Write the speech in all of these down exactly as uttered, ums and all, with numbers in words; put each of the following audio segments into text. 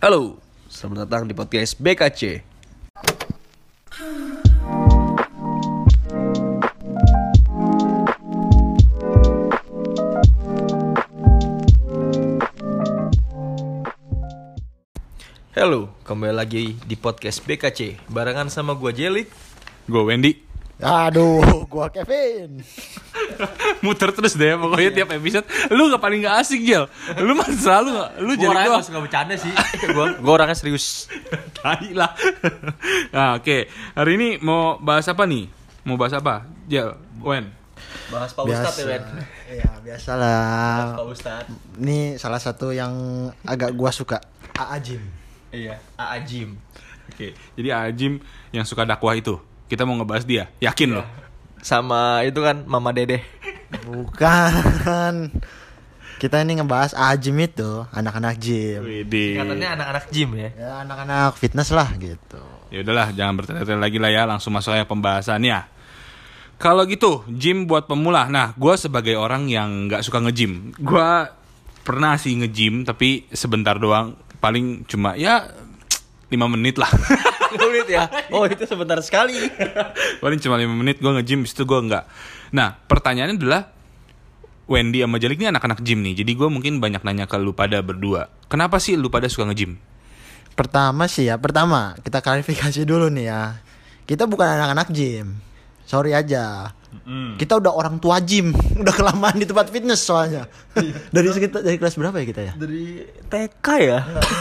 Halo, selamat datang di podcast B K C. Halo, kembali lagi di podcast B K C barengan sama gua Jelik, Gue Wendy. Aduh, gua Kevin. Muter terus deh pokoknya tiap episode. Lu gak paling gak asik, Jel. Lu mah selalu gak. Lu jadi orangnya gua gak suka bercanda sih. gua, gua orangnya serius. Tai lah. Nah, oke. Okay. Hari ini mau bahas apa nih? Mau bahas apa? Jel, Wen. Bahas Pak Ustadz ya, Ben. Iya, biasalah. Pak Ustadz. Ini salah satu yang agak gua suka. A A Jim. Iya, A A Jim. Oke. Okay. Jadi Ajim yang suka dakwah itu. Kita mau ngebahas dia. Yakin lo? Sama itu kan Mama Dede. Bukan. Kita ini ngebahas A A Jim itu, anak-anak gym. Widih. Katanya anak-anak gym ya. Ya, anak-anak fitness lah gitu. Ya udahlah, jangan bertele-tele lagi lah ya. Langsung masuk aja pembahasannya. Kalau gitu, gym buat pemula. Nah, gue sebagai orang yang nggak suka nge-gym, gue pernah sih nge-gym, tapi sebentar doang. Paling cuma ya lima menit lah. lima menit ya? Oh, itu sebentar sekali. Paling cuma lima menit gue nge-gym, habis itu gue enggak. Nah, pertanyaannya adalah Wendy sama Jalik ini anak-anak gym nih. Jadi gue mungkin banyak nanya ke lu pada berdua. Kenapa sih lu pada suka nge-gym? Pertama sih ya, pertama kita klarifikasi dulu nih ya. Kita bukan anak-anak gym. Sorry aja. Mm. Kita udah orang tua gym, udah kelamaan di tempat fitness soalnya. dari sekitar dari kelas berapa ya kita ya? Dari T K ya?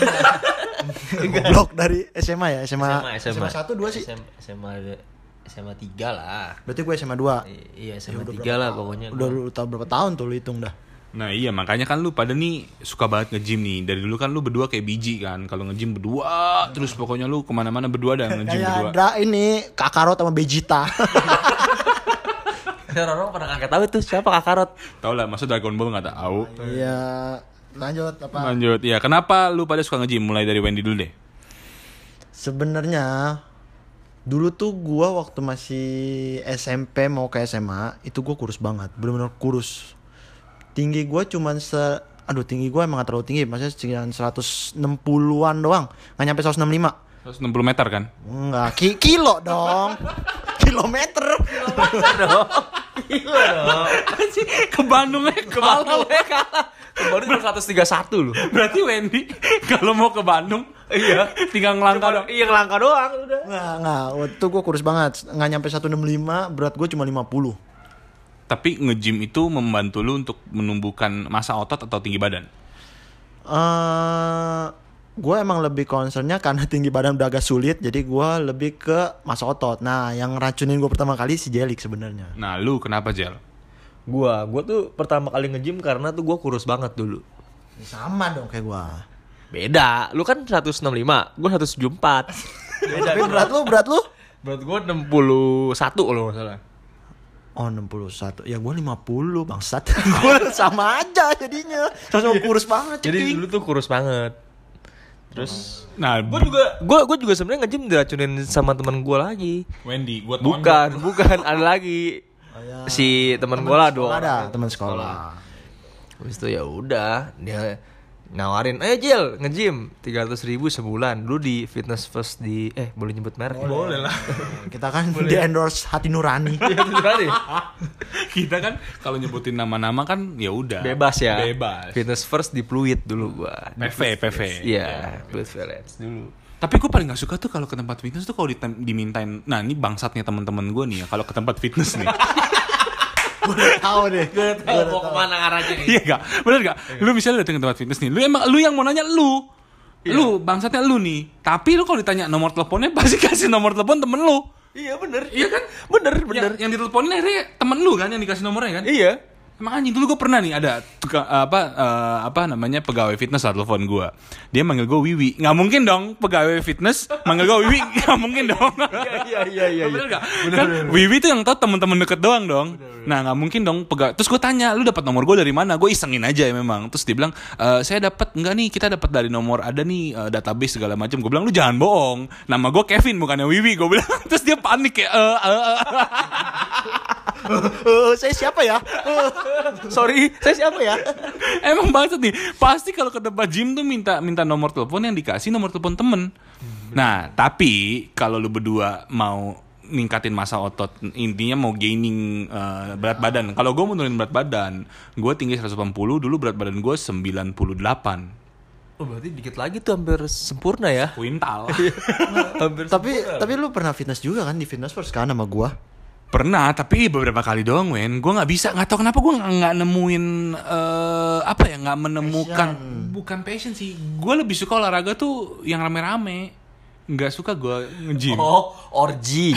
Goblok, dari S M A ya, S M A. S M A, S M A. satu dua sih. S M A S M A tiga lah. Berarti gue S M A dua. I- iya, S M A tiga lah pokoknya. Udah lu tahu berapa tahun tuh lu hitung dah. Nah iya, makanya kan lu pada nih suka banget nge-gym nih. Dari dulu kan lu berdua kayak biji kan. Kalau nge-gym berdua, terus pokoknya lu kemana-mana berdua dan nge-gym Kayak berdua. ada ini Kakarot sama Vegeta. Orang-orang pada kagak tahu itu siapa Kakarot. Tahu lah, masa Dragon Ball nggak tahu. Iya. Lanjut apa? Lanjut, ya kenapa lu pada suka nge-gym? Mulai dari Wendy dulu deh. Sebenarnya dulu tuh gua waktu masih S M P mau ke S M A itu gua kurus banget, benar-benar kurus. Tinggi gua cuman se aduh tinggi gua emang gak terlalu tinggi, maksudnya sekitar seratus enam puluhan doang, nggak nyampe seratus enam puluh lima. seratus enam puluh meter kan? Enggak, ki- kilo dong. Kilometer. Kilometer dong. Gila dong. Ke Bandungnya Ke Bandung ya kalah. Ke Bandung cuma seratus tiga puluh satu loh. Berarti Wendy kalau mau ke Bandung, iya, tinggal ngelangkah dong. Iya, ngelangkah doang udah. Enggak, enggak, waktu gua kurus banget, nggak nyampe seratus enam puluh lima, berat gua cuma lima puluh. Tapi nge-gym itu membantu lu untuk menumbuhkan massa otot atau tinggi badan? Eh, gue emang lebih concernnya karena tinggi badan udah agak sulit, jadi gue lebih ke massa otot. Nah, yang racunin gue pertama kali si Jelik sebenarnya. Nah, lu kenapa, Jel? Gua, gua tuh pertama kali nge-gym karena tuh gua kurus banget dulu. Sama dong kayak gue. Beda, lu kan seratus enam puluh lima, gua seratus tujuh puluh empat. Beda. Tapi berat lu, berat lu? Berat gua enam puluh satu kalau enggak salah. Oh, enam puluh satu. Ya gue lima puluh, bangsat. Gue sama aja jadinya. Sama kurus banget, Jadi ceking. dulu tuh kurus banget. Terus Nah, gua juga gua gua juga sebenarnya nge-gym diracunin sama teman gua lagi. Wendy, gua Bukan, bukan ada lagi. Oh, ya. Si teman gua lah dua. Ada teman sekolah. Habis itu ya udah, dia nawarin, "Ayo Jil, nge-gym tiga ratus ribu sebulan." Dulu di Fitness First di eh boleh nyebut merek? Boleh lah. Kita kan di endorse Hati Nurani. Kita kan kalau nyebutin nama-nama kan ya udah. Bebas ya. Bebas. Fitness First di Fluid dulu gua. P V, P V. Iya, Fluid Village dulu. Tapi gue paling gak suka tuh kalau ke tempat fitness tuh kalau ditem- dimintain. Nah, ini bangsatnya teman-teman gue nih ya kalau ke tempat fitness nih. Gue udah tahu deh. Gue tahu mau kemana arahnya nih. Iya gak? Bener gak? Lu misalnya dateng ke tempat fitness nih, lu emang lu yang mau nanya lu. Lu bangsatnya lu nih. Tapi lu kalau ditanya nomor teleponnya pasti kasih nomor telepon temen lu. Iya bener. Iya kan? Bener Yang, bener. yang diteleponin akhirnya temen lu kan yang dikasih nomornya kan? Iya. Emang anjing, dulu gue pernah nih ada tukang, apa uh, apa namanya pegawai fitness lah telepon gue. Dia manggil gue Wiwi. Nggak mungkin dong pegawai fitness manggil gue Wiwi. Nggak mungkin dong. Iya iya iya. Bener nggak? Kan Wiwi tuh yang tahu teman-teman deket doang dong. Bener, bener. Nah nggak mungkin dong pegawai. Terus gue tanya, lu dapat nomor gue dari mana? Gue isengin aja ya memang. Terus dia bilang, e, saya dapat enggak nih, kita dapat dari nomor ada nih uh, database segala macam. Gue bilang lu jangan bohong. Nama gue Kevin bukannya Wiwi. Gue bilang. Terus dia panik kayak. Uh, uh, uh. Eh, saya siapa ya? Eh, sorry, saya siapa ya? Emang banget nih. Pasti kalau ke tempat gym tuh minta minta nomor telepon, yang dikasih nomor telepon temen. Nah, tapi kalau lu berdua mau ningkatin massa otot, intinya mau gaining uh, berat badan. Kalau gue mau nurunin berat badan, gue tinggi seratus delapan puluh, dulu berat badan gue sembilan puluh delapan. Oh, berarti dikit lagi tuh hampir sempurna ya. Kuintal. Hampir Tapi sempurna. tapi lu pernah fitness juga kan di Fitness First kan sama gua? Pernah, tapi beberapa kali doang, Wen. Gue nggak bisa, nggak tahu kenapa gue nggak nemuin uh, apa ya, nggak menemukan. Passion. Bukan passion sih. Gue lebih suka olahraga tuh yang rame-rame. Nggak suka gue nge-gym. Oh, orgy.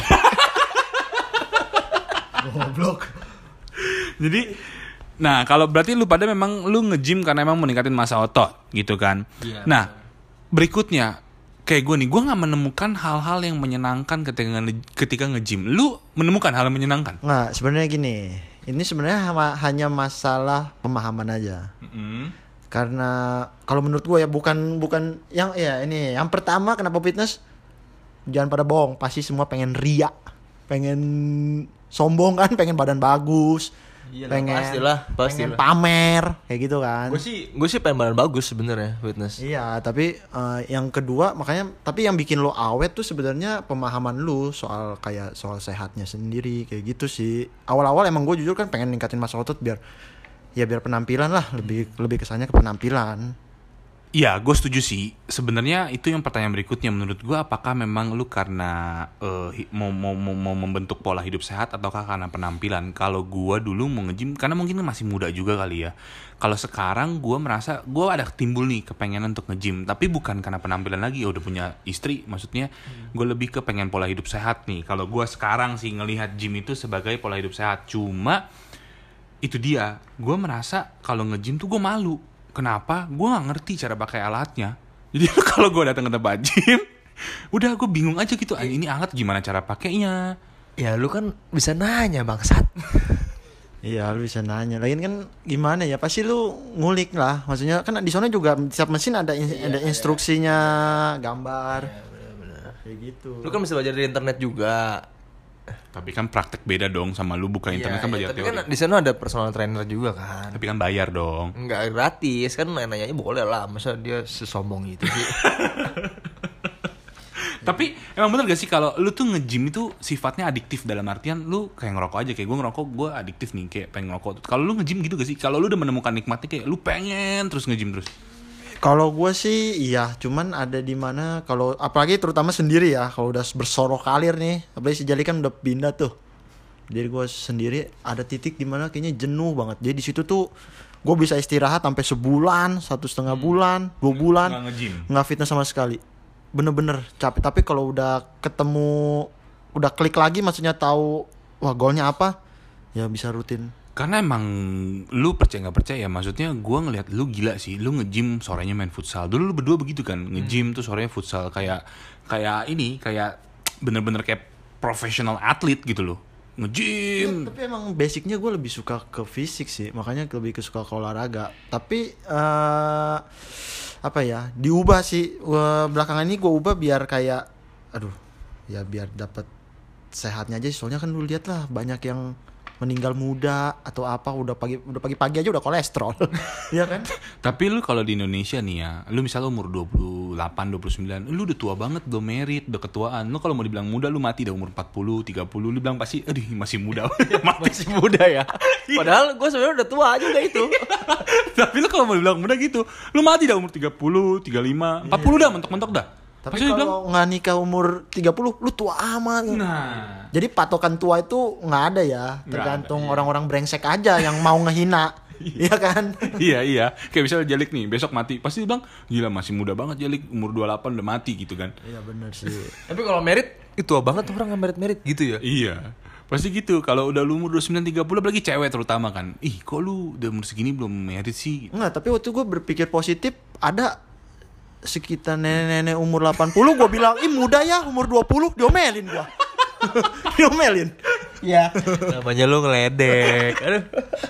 Goblok. Jadi, nah kalau berarti lu pada memang lu nge-gym karena emang meningkatin massa otot gitu kan. Iya, Nah berikutnya kayak gue nih, gue nggak menemukan hal-hal yang menyenangkan ketika nge- ketika nge-gym. Lu menemukan hal yang menyenangkan? Nggak, sebenarnya gini. Ini sebenarnya hama- hanya masalah pemahaman aja. Karena kalau menurut gue ya bukan bukan yang ya ini yang pertama, kenapa fitness? Jangan pada bohong, pasti semua pengen ria, pengen sombong kan, pengen badan bagus, Iyalah, pengen pastilah, pengen pastilah. pamer kayak gitu kan. Gue sih gue sih pengen badan bagus sebenarnya fitness. Iya, tapi eh, yang kedua makanya, tapi yang bikin lo awet tuh sebenarnya pemahaman lu soal kayak soal sehatnya sendiri kayak gitu sih. Awal-awal emang gue jujur kan pengen ningkatin massa otot biar ya biar penampilan lah, lebih lebih kesannya ke penampilan. Iya, gue setuju sih. Sebenarnya itu yang pertanyaan berikutnya menurut gue, apakah memang lu karena uh, hi- mau, mau mau mau membentuk pola hidup sehat ataukah karena penampilan? Kalau gue dulu mau nge-gym karena mungkin masih muda juga kali ya. Kalau sekarang gue merasa gue ada timbul nih kepengenan untuk nge-gym, tapi bukan karena penampilan lagi. Ya udah punya istri, maksudnya gue lebih ke pengen pola hidup sehat nih. Kalau gue sekarang sih ngelihat gym itu sebagai pola hidup sehat. Cuma itu dia, gue merasa kalau nge-gym tuh gue malu. Kenapa? Gue gak ngerti cara pakai alatnya. Jadi kalau gue datang ke tempat gym, udah gue bingung aja gitu. "Ah, ini alat gimana cara pakainya?" Ya lu kan bisa nanya bangsat. Iya, lu bisa nanya. Lagian kan gimana ya? Pasti lu ngulik lah. Maksudnya kan di sana juga setiap mesin ada in- ada instruksinya, gambar. Kayak gitu. Lu kan bisa belajar dari internet juga. Tapi kan praktek beda dong sama lu buka internet Iya, kan iya, belajar tapi teori. kan di sana ada personal trainer juga kan. Tapi kan bayar dong. Enggak gratis kan, nanya-nanya boleh lah. Masa dia sesombong itu sih. Tapi emang bener gak sih kalau lu tuh nge-gym itu sifatnya adiktif, dalam artian lu kayak ngerokok aja. Kayak gue ngerokok, gue adiktif nih, kayak pengen ngerokok. Kalau lu nge-gym gitu gak sih? Kalau lu udah menemukan nikmatnya kayak lu pengen terus nge-gym terus. Kalau gue sih iya, cuman ada di mana kalau apalagi terutama sendiri ya, kalau udah bersorok kalir nih, apalagi si Jali kan udah pindah tuh. Jadi gue sendiri ada titik di mana kayaknya jenuh banget. Jadi di situ tuh gue bisa istirahat sampai sebulan, satu setengah bulan, dua bulan, Nggak nge-gym. nggak fitness sama sekali. Bener-bener capek. Tapi kalau udah ketemu, udah klik lagi, maksudnya tahu wah goalnya apa, ya bisa rutin. Karena emang lu percaya nggak percaya, maksudnya gue ngelihat lu gila sih, lu nge-gym sorenya main futsal. Dulu lu berdua begitu kan, nge-gym tuh sorenya futsal, kayak kayak ini, kayak bener-bener kayak profesional atlet gitu loh, nge-gym. Ya, tapi emang basicnya gue lebih suka ke fisik sih, makanya lebih ke suka ke olahraga. Tapi eh apa ya, diubah sih. Gua, belakangan ini gue ubah biar kayak, aduh, ya biar dapat sehatnya aja. Soalnya kan lu lihat lah banyak yang meninggal muda atau apa, udah pagi udah pagi-pagi aja udah kolesterol. Iya kan? Tapi lu kalau di Indonesia nih ya, lu misalnya umur dua puluh delapan, dua puluh sembilan, lu udah tua banget, udah merit, udah ketuaan. Lu kalau mau dibilang muda, lu mati dah umur empat puluh, tiga puluh, lu bilang pasti, aduh masih muda. Mati. Masih muda ya. Padahal gue sebenarnya udah tua juga itu. Tapi lu kalau mau dibilang muda gitu, lu mati dah umur tiga puluh, tiga puluh lima, empat puluh dah, mentok-mentok dah. Tapi Pasti lu bilang, kalau nggak nikah umur tiga puluh, lu tua amat. nah, Jadi patokan tua itu nggak ada ya, tergantung ada, iya. orang-orang brengsek aja yang mau ngehina. Iya kan? iya iya, kayak misalnya Jalik nih, besok mati, pasti dia bilang, gila masih muda banget Jalik, umur dua puluh delapan udah mati gitu kan. Iya benar sih. Tapi kalau merit itu tua banget orang nggak merit-merit gitu ya. Iya, pasti gitu. Kalau udah lu umur dua puluh sembilan, tiga puluh, apalagi cewek terutama kan, ih kok lu udah umur segini belum merit sih? Enggak, tapi waktu gue berpikir positif, ada sekitar nenek-nenek umur delapan puluh, gue bilang, ih muda ya umur dua puluh, diomelin gue. Diomelin. Iya. Namanya lu ngeledek. Aduh.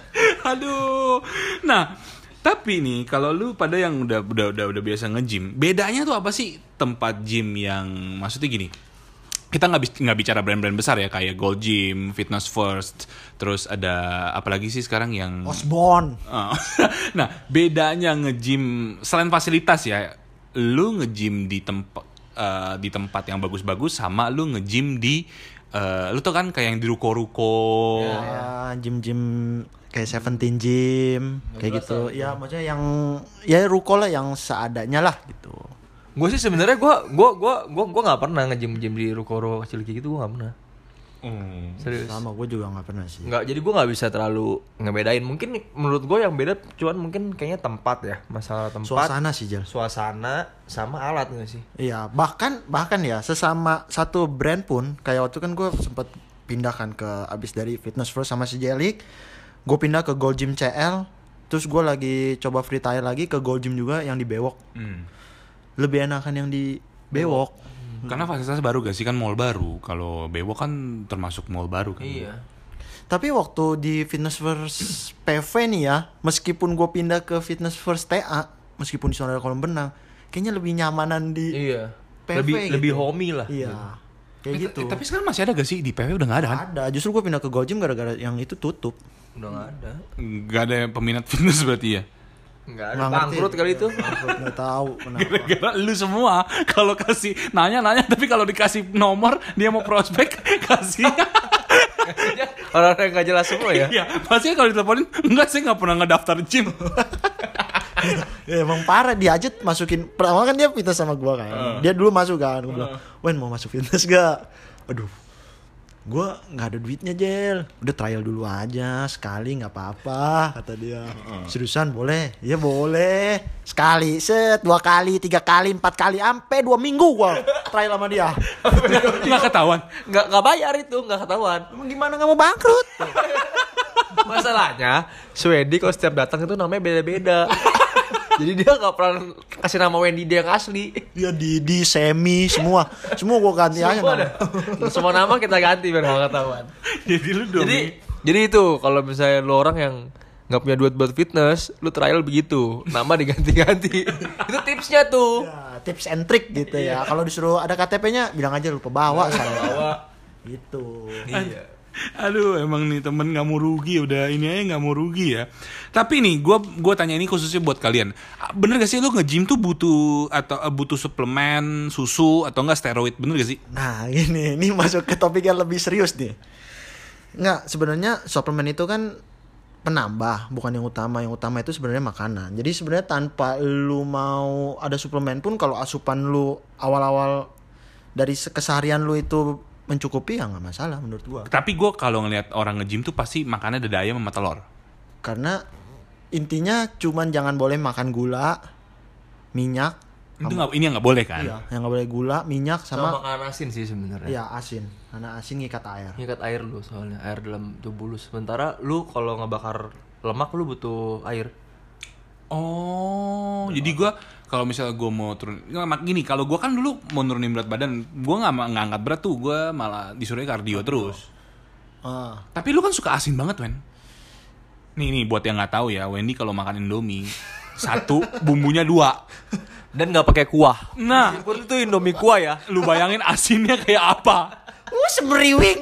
Aduh. Nah, tapi nih kalau lu pada yang udah udah udah udah biasa nge-gym, bedanya tuh apa sih tempat gym yang maksudnya gini? kita nggak bis- nggak bicara brand-brand besar ya kayak Gold Gym, Fitness First, terus ada apa lagi sih sekarang yang Osborne. Oh. Nah, bedanya nge-gym selain fasilitas ya, lu nge-gym di tempat uh, di tempat yang bagus-bagus sama lu nge-gym di uh, lu tuh kan kayak yang di ruko-ruko. Ya, gym-gym kayak Seventeen Gym, kayak berasa, gitu. Ya, maksudnya yang ya ruko lah yang seadanya lah gitu. Gue sih sebenarnya gue gue gue gue gue nggak pernah nge-gym gym di ruko-ruko kecil kayak gitu, gue nggak pernah. Hmm. Serius. Sama gue juga nggak pernah sih. Nggak, jadi gue nggak bisa terlalu ngebedain. Mungkin menurut gue yang beda cuman mungkin kayaknya tempat ya, masalah tempat. Suasana sih, Jel. Suasana sama alat nggak sih? Iya, bahkan bahkan ya sesama satu brand pun kayak waktu kan gue sempet pindahkan ke abis dari Fitness First sama si Jelik, gue pindah ke Gold Gym C L, terus gue lagi coba free trial lagi ke Gold Gym juga yang di Bewok. Hmm. Lebih enakan yang di Bewok. Karena fasilitas baru gak sih, kan mall baru. Kalau Bewok kan termasuk mall baru kan. Iya. Tapi waktu di Fitness First P V nih ya, meskipun gue pindah ke Fitness First T A, meskipun di sana ada kolam renang, kayaknya lebih nyamanan di Iya. P V lebih gitu. lebih homey lah. Iya. Kayak Eh, gitu. t- Tapi sekarang masih ada gak sih di P W udah gak ada kan? Ada, justru gue pindah ke Gold Gym gara-gara yang itu tutup. Udah nggak ada. Gak ada peminat fitness berarti ya. Nggak ada. Nggak ngerti. Bangkrut kali itu. Bangkrut, nggak tahu kenapa. Gara-gara lu semua kalau kasih nanya-nanya tapi kalau dikasih nomor dia mau prospek kasih. Orang-orang yang nggak jelas semua ya. Iya, pasti kalau diteleponin enggak sih nggak pernah ngedaftar gym. Ya, emang parah dia aja masukin. Pertama kan dia fitness sama gua kan. Uh. Dia dulu masuk kan. Gua bilang, "Wen mau masuk fitness gak?" Aduh. Gua nggak ada duitnya, Jel. Udah trial dulu aja sekali nggak apa-apa kata dia. Seriusan boleh? Iya boleh. Sekali, set, dua kali, tiga kali, empat kali, sampai dua minggu gua trial sama dia. Nggak ketahuan. Nggak nggak bayar itu, nggak ketahuan. Emang gimana nggak mau bangkrut? Masalahnya, Wendy kalau setiap datang itu namanya beda-beda. Jadi dia nggak pernah kasih nama Wendy dia yang asli. Ya di di semi semua, semua gua ganti aja Semua, nama. dah. Semua nama kita ganti biar nggak ketahuan. Jadi lu dong. Jadi jadi itu kalau misalnya lu orang yang nggak punya duit buat fitness, lu trial begitu, nama diganti-ganti. Itu tipsnya tuh. Ya, tips and trick gitu ya. Kalau disuruh ada K T P-nya bilang aja lupa bawa saya. Bawa. Gitu. Iya. Aduh, emang nih temen nggak mau rugi, udah ini aja nggak mau rugi ya. Tapi nih, gue gue tanya ini khususnya buat kalian. Bener gak sih lu nge-gym tuh butuh atau uh, butuh suplemen, susu atau enggak steroid? Bener gak sih? Nah, ini ini masuk ke topik yang lebih serius nih. Nggak, sebenarnya suplemen itu kan penambah, bukan yang utama. Yang utama itu sebenarnya makanan. Jadi sebenarnya tanpa lu mau ada suplemen pun kalau asupan lu awal-awal dari keseharian lu itu mencukupi ya nggak masalah menurut gua. Tapi gue kalau ngelihat orang nge-gym tuh pasti makannya dada ayam sama telur. Karena intinya cuman jangan boleh makan gula, minyak. Itu nggak, ini yang nggak boleh kan? Iya, yang nggak boleh gula, minyak Sama sama, makanan asin sih sebenarnya. iya asin. Karena asin ngikat air. Ngikat air lu soalnya, air dalam tubuh lu. Sementara lu kalau ngebakar lemak lu butuh air. Oh, jadi gue kalau misalnya gue mau turun, nggak gini. Kalau gue kan dulu mau nurunin berat badan, gue nggak nggak angkat berat tuh, gue malah disuruh kardio terus. Ah. Tapi lu kan suka asin banget, Wen. Nih nih buat yang nggak tahu ya, Wendy kalau makan Indomie satu bumbunya dua. Dan nggak pakai kuah. Nah, Meskipun itu Indomie kuah ya. lu bayangin asinnya kayak apa? Uh, semeriwing.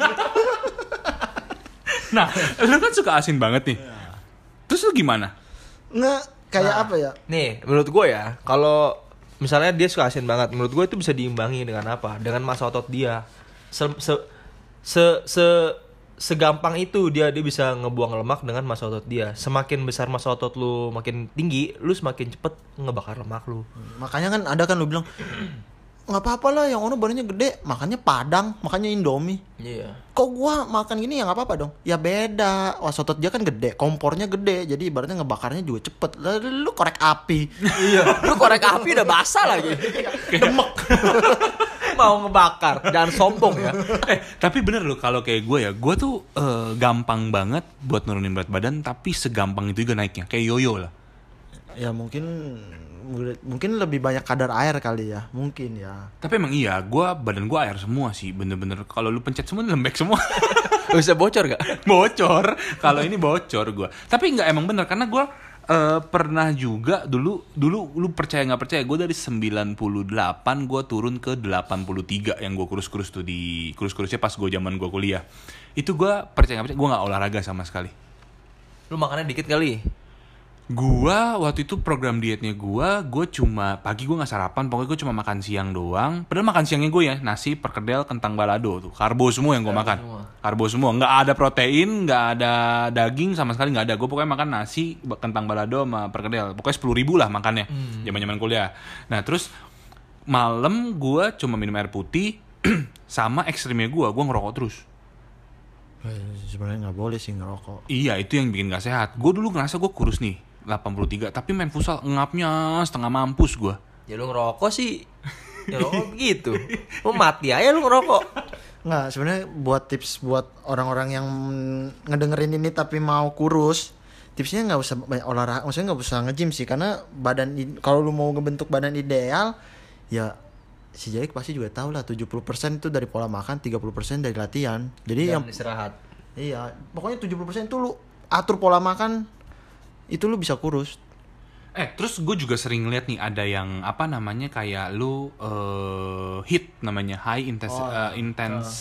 Nah, lu kan suka asin banget nih. Terus lu gimana? Nggak, kayak Nah, apa ya? Nih, menurut gue ya, kalau misalnya dia suka asin banget, menurut gue itu bisa diimbangi dengan apa? Dengan massa otot dia. Se se se, se segampang itu dia dia bisa ngebuang lemak dengan massa otot dia. Semakin besar massa otot lu makin tinggi, lu semakin cepet ngebakar lemak lu. Makanya kan ada kan lu bilang nggak apa-apa lah yang ono badannya gede, makannya Padang, makannya Indomie. Iya. Kok gua makan gini ya nggak apa-apa dong? Ya beda, wah otot dia kan gede, kompornya gede, jadi ibaratnya ngebakarnya juga cepet. Lalu lu korek api. Iya. Lu korek api udah basah lagi. Demek. Mau ngebakar, jangan sombong ya. Eh, tapi bener loh kalau kayak gue ya, gue tuh eh, gampang banget buat nurunin berat badan, tapi segampang itu juga naiknya, kayak yoyo lah. Ya mungkin mungkin lebih banyak kadar air kali ya, mungkin ya. Tapi emang iya, gue badan gue air semua sih, bener-bener. Kalau lu pencet semua lembek semua. Bisa bocor gak? Bocor. Kalau ini bocor gue. Tapi nggak emang bener karena gue Eh, pernah juga dulu dulu lu percaya nggak percaya gue dari sembilan puluh delapan gue turun ke delapan puluh tiga yang gue kurus-kurus tuh di kurus-kurusnya pas gue zaman gue kuliah. Itu gue percaya nggak percaya gue nggak olahraga sama sekali. Lu makannya dikit kali. Gua waktu itu program dietnya gua, gue cuma pagi gue nggak sarapan, pokoknya gue cuma makan siang doang. Padahal makan siangnya gue ya nasi, perkedel, kentang balado tuh, karbo semua yang gue makan. semua. Karbo semua, nggak ada protein, nggak ada daging sama sekali nggak ada. Gue pokoknya makan nasi, kentang balado sama perkedel. Pokoknya sepuluh ribu lah makannya, zaman-zaman kuliah. Nah terus malam gue cuma minum air putih, sama ekstrimnya gue, gue ngerokok terus. Eh, Sebenarnya nggak boleh sih ngerokok. Iya itu yang bikin gak sehat. Gue dulu ngerasa gue kurus nih delapan puluh tiga, tapi main futsal ngapnya setengah mampus gue. Ya lu ngerokok sih. Ya ngerokok begitu. Lu mati aja lu ngerokok. Nggak, sebenarnya buat tips buat orang-orang yang ngedengerin ini tapi mau kurus, tipsnya nggak usah banyak olahraga, maksudnya nggak usah nge-gym sih, karena badan i- kalau lu mau ngebentuk badan ideal, ya si Jaik pasti juga tahu lah tujuh puluh persen itu dari pola makan, tiga puluh persen dari latihan. Jadi yang Dan istirahat. iya, pokoknya tujuh puluh persen itu lu atur pola makan, itu lu bisa kurus. Eh, terus gue juga sering lihat nih ada yang apa namanya kayak lu eh hit namanya high intense Oh, eh, intense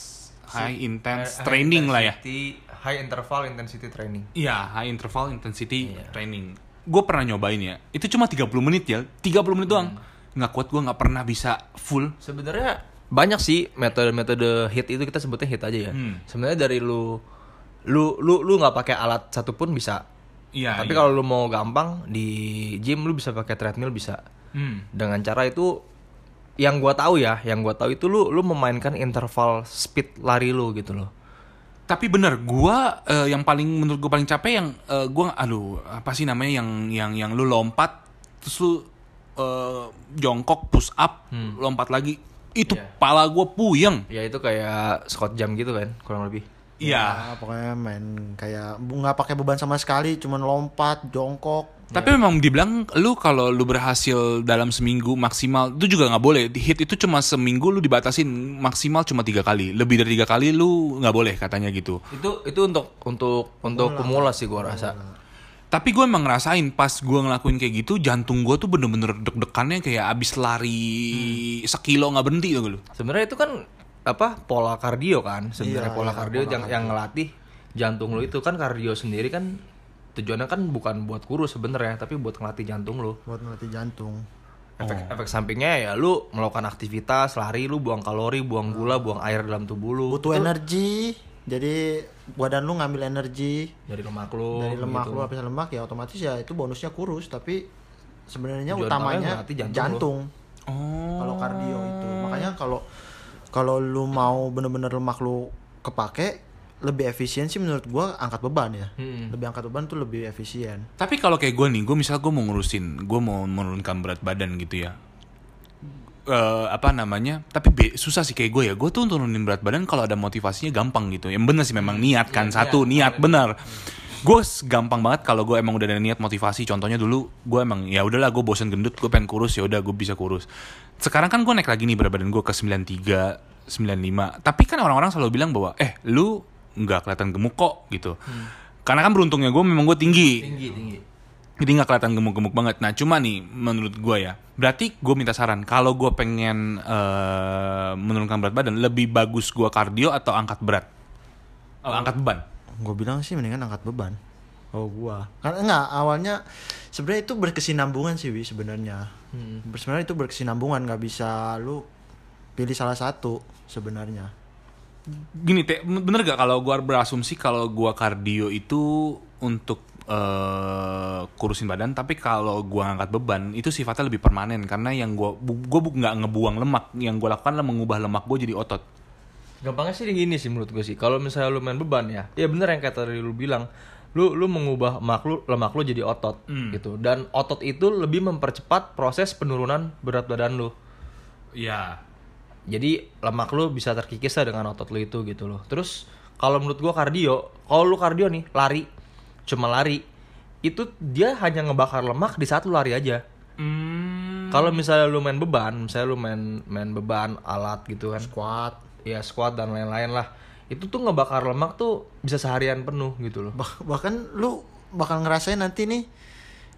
high intense High training lah ya. intensity- High interval intensity training. Iya, high interval intensity Iya. training. Gue pernah nyobain ya. Itu cuma tiga puluh menit ya. tiga puluh menit doang. Nggak kuat, gue nggak pernah bisa full. Sebenarnya banyak sih metode-metode hit itu, kita sebutnya hit aja ya. Hmm. Sebenarnya dari lu lu lu lu nggak pakai alat satupun bisa. Iya. Tapi iya. kalau lu mau gampang di gym lu bisa pakai treadmill bisa. Hmm. Dengan cara itu yang gua tahu ya, yang gua tahu itu lu lu memainkan interval speed lari lu gitu loh. Tapi bener, gua eh, yang paling menurut gue paling capek yang eh, gua aduh apa sih namanya yang yang yang lu lompat terus lu eh, jongkok push up lompat lagi itu Iya. pala gua puyeng. Ya itu kayak squat jam gitu kan, kurang lebih. Iya. Nah, pokoknya main kayak nggak pakai beban sama sekali, cuman lompat, jongkok. Tapi memang dibilang lu kalau lu berhasil dalam seminggu maksimal itu juga nggak boleh. Di hit itu cuma seminggu lu dibatasin maksimal cuma tiga kali. Lebih dari tiga kali lu nggak boleh katanya gitu. Itu itu untuk untuk untuk pemula sih gua rasa. Tapi gue emang ngerasain pas gue ngelakuin kayak gitu jantung gue tuh bener-bener deg-degannya kayak abis lari sekilo nggak berhenti tuh lu. Sebenarnya itu kan apa pola kardio kan, sebenarnya Iya, pola iya, kardio pola yang yang ngelatih jantung lo itu kan. Kardio sendiri kan tujuannya kan bukan buat kurus sebenarnya, tapi buat ngelatih jantung lo. Buat melatih jantung. Efek efek sampingnya ya lu melakukan aktivitas lari, lu buang kalori, buang gula, buang air dalam tubuh lu. Butuh Itu energi, jadi badan lu ngambil energi dari lemak lu. dari lemak gitu. lu, habis lemak ya otomatis ya itu bonusnya kurus, tapi sebenarnya Tujuan utamanya utamanya ngelatih jantung jantung. Oh. Kalau kardio itu, makanya kalau kalau lu mau bener-bener lemak lu kepake, lebih efisien sih menurut gua angkat beban ya. Hmm. Lebih angkat beban tuh lebih efisien. Tapi kalau kayak gue nih, gue misal gue mau ngurusin, gue mau menurunkan berat badan gitu ya. Eh apa namanya? Tapi be- susah sih kayak gue ya. Gue tuh turunin berat badan kalau ada motivasinya gampang gitu. Yang bener sih memang niat kan Iya, satu niat. niat bener. Gue gampang banget kalau gue emang udah ada niat motivasi. Contohnya dulu gue emang ya udahlah gue bosen gendut, gue pengen kurus ya udah gue bisa kurus. Sekarang kan gue naik lagi nih berat badan gue ke sembilan puluh tiga, sembilan puluh lima. Tapi kan orang-orang selalu bilang bahwa eh lu nggak kelihatan gemuk kok gitu. Karena kan beruntungnya gue memang gue tinggi. Tinggi tinggi. Jadi nggak kelihatan gemuk-gemuk banget. Nah cuma nih menurut gue ya, berarti gue minta saran. Kalau gue pengen eh, menurunkan berat badan, lebih bagus gue kardio atau angkat berat? Oh, angkat beban. Gue bilang sih mendingan angkat beban. Oh gua. Karena enggak, awalnya sebenarnya itu berkesinambungan sih Wi sebenarnya. Hmm. Sebenarnya itu berkesinambungan, nggak bisa lu pilih salah satu sebenarnya. Gini teh, bener gak kalau gue berasumsi kalau gue kardio itu untuk eh, kurusin badan, tapi kalau gue ngangkat beban itu sifatnya lebih permanen karena yang gue gue nggak ngebuang lemak, yang gue lakukan adalah mengubah lemak gue jadi otot. Gampangnya sih gini sih menurut gue sih. Kalau misalnya lu main beban ya, ya bener yang kata tadi lu bilang. Lu lu mengubah lemak lu, lemak lu jadi otot Hmm. gitu. Dan otot itu lebih mempercepat proses penurunan berat badan lu. Iya. Jadi lemak lu bisa terkikis lah dengan otot lu itu gitu loh. Terus kalau menurut gua kardio, kalau lu kardio nih lari, cuma lari, itu dia hanya ngebakar lemak di saat lu lari aja. Hmm. Kalau misalnya lu main beban, misalnya lu main main beban alat gitu kan, Squat. ya squat dan lain-lain lah, itu tuh ngebakar lemak tuh bisa seharian penuh gitu loh. Bah- bahkan lu bakal ngerasain nanti nih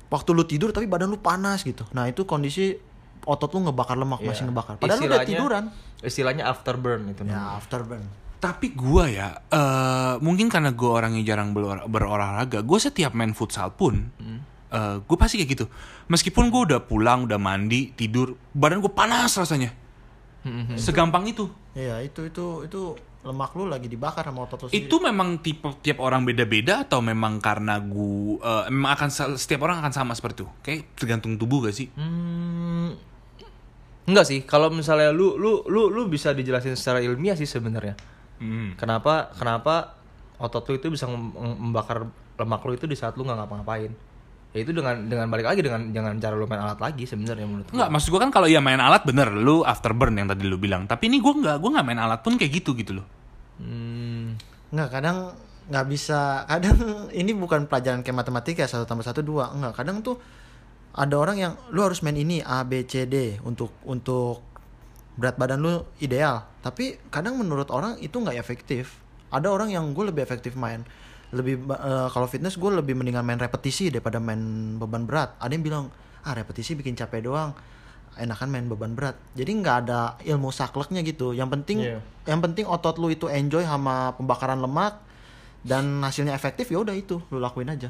waktu lu tidur tapi badan lu panas gitu. Nah itu kondisi otot lu ngebakar lemak, Iya. masih ngebakar. Padahal lu udah Istilahnya- tiduran. Istilahnya afterburn itu Ya namanya. afterburn. Tapi gue ya, eh mungkin karena gue orangnya jarang beror- berolahraga, gue setiap main futsal pun, Hmm. eh gue pasti kayak gitu. Meskipun gue udah pulang, udah mandi, tidur, badan gue panas rasanya. Hmm. Segampang itu. Iya itu itu itu lemak lu lagi dibakar sama otot lu sendiri. Itu memang tipe tiap orang beda-beda atau memang karena gue, eh, memang akan sa- setiap orang akan sama seperti itu? Kayak tergantung tubuh gak sih? Hmm, enggak sih. Kalau misalnya lu lu lu lu bisa dijelasin secara ilmiah sih sebenarnya. Hmm. Kenapa kenapa otot lu itu bisa mem- membakar lemak lu itu di saat lu nggak ngapa-ngapain? Ya itu dengan dengan balik lagi dengan jangan cara lu main alat lagi sebenarnya menurut gua. Enggak, maksud gue kan kalau ya main alat bener, lu afterburn yang tadi lu bilang. Tapi ini gue nggak, gue nggak main alat pun kayak gitu gitu loh. Hmm, Nggak, kadang nggak bisa. Kadang ini bukan pelajaran kayak matematika satu tambah satu dua. Enggak, kadang tuh ada orang yang lu harus main ini A B C D untuk untuk berat badan lu ideal. Tapi kadang menurut orang itu nggak efektif. Ada orang yang gue lebih efektif main lebih eh, kalau fitness gue lebih mendingan main repetisi daripada main beban berat. Ada yang bilang ah repetisi bikin capek doang, enakan main beban berat. Jadi nggak ada ilmu sakleknya gitu. Yang penting Iya. yang penting otot lu itu enjoy sama pembakaran lemak dan hasilnya efektif, ya udah itu lu lakuin aja.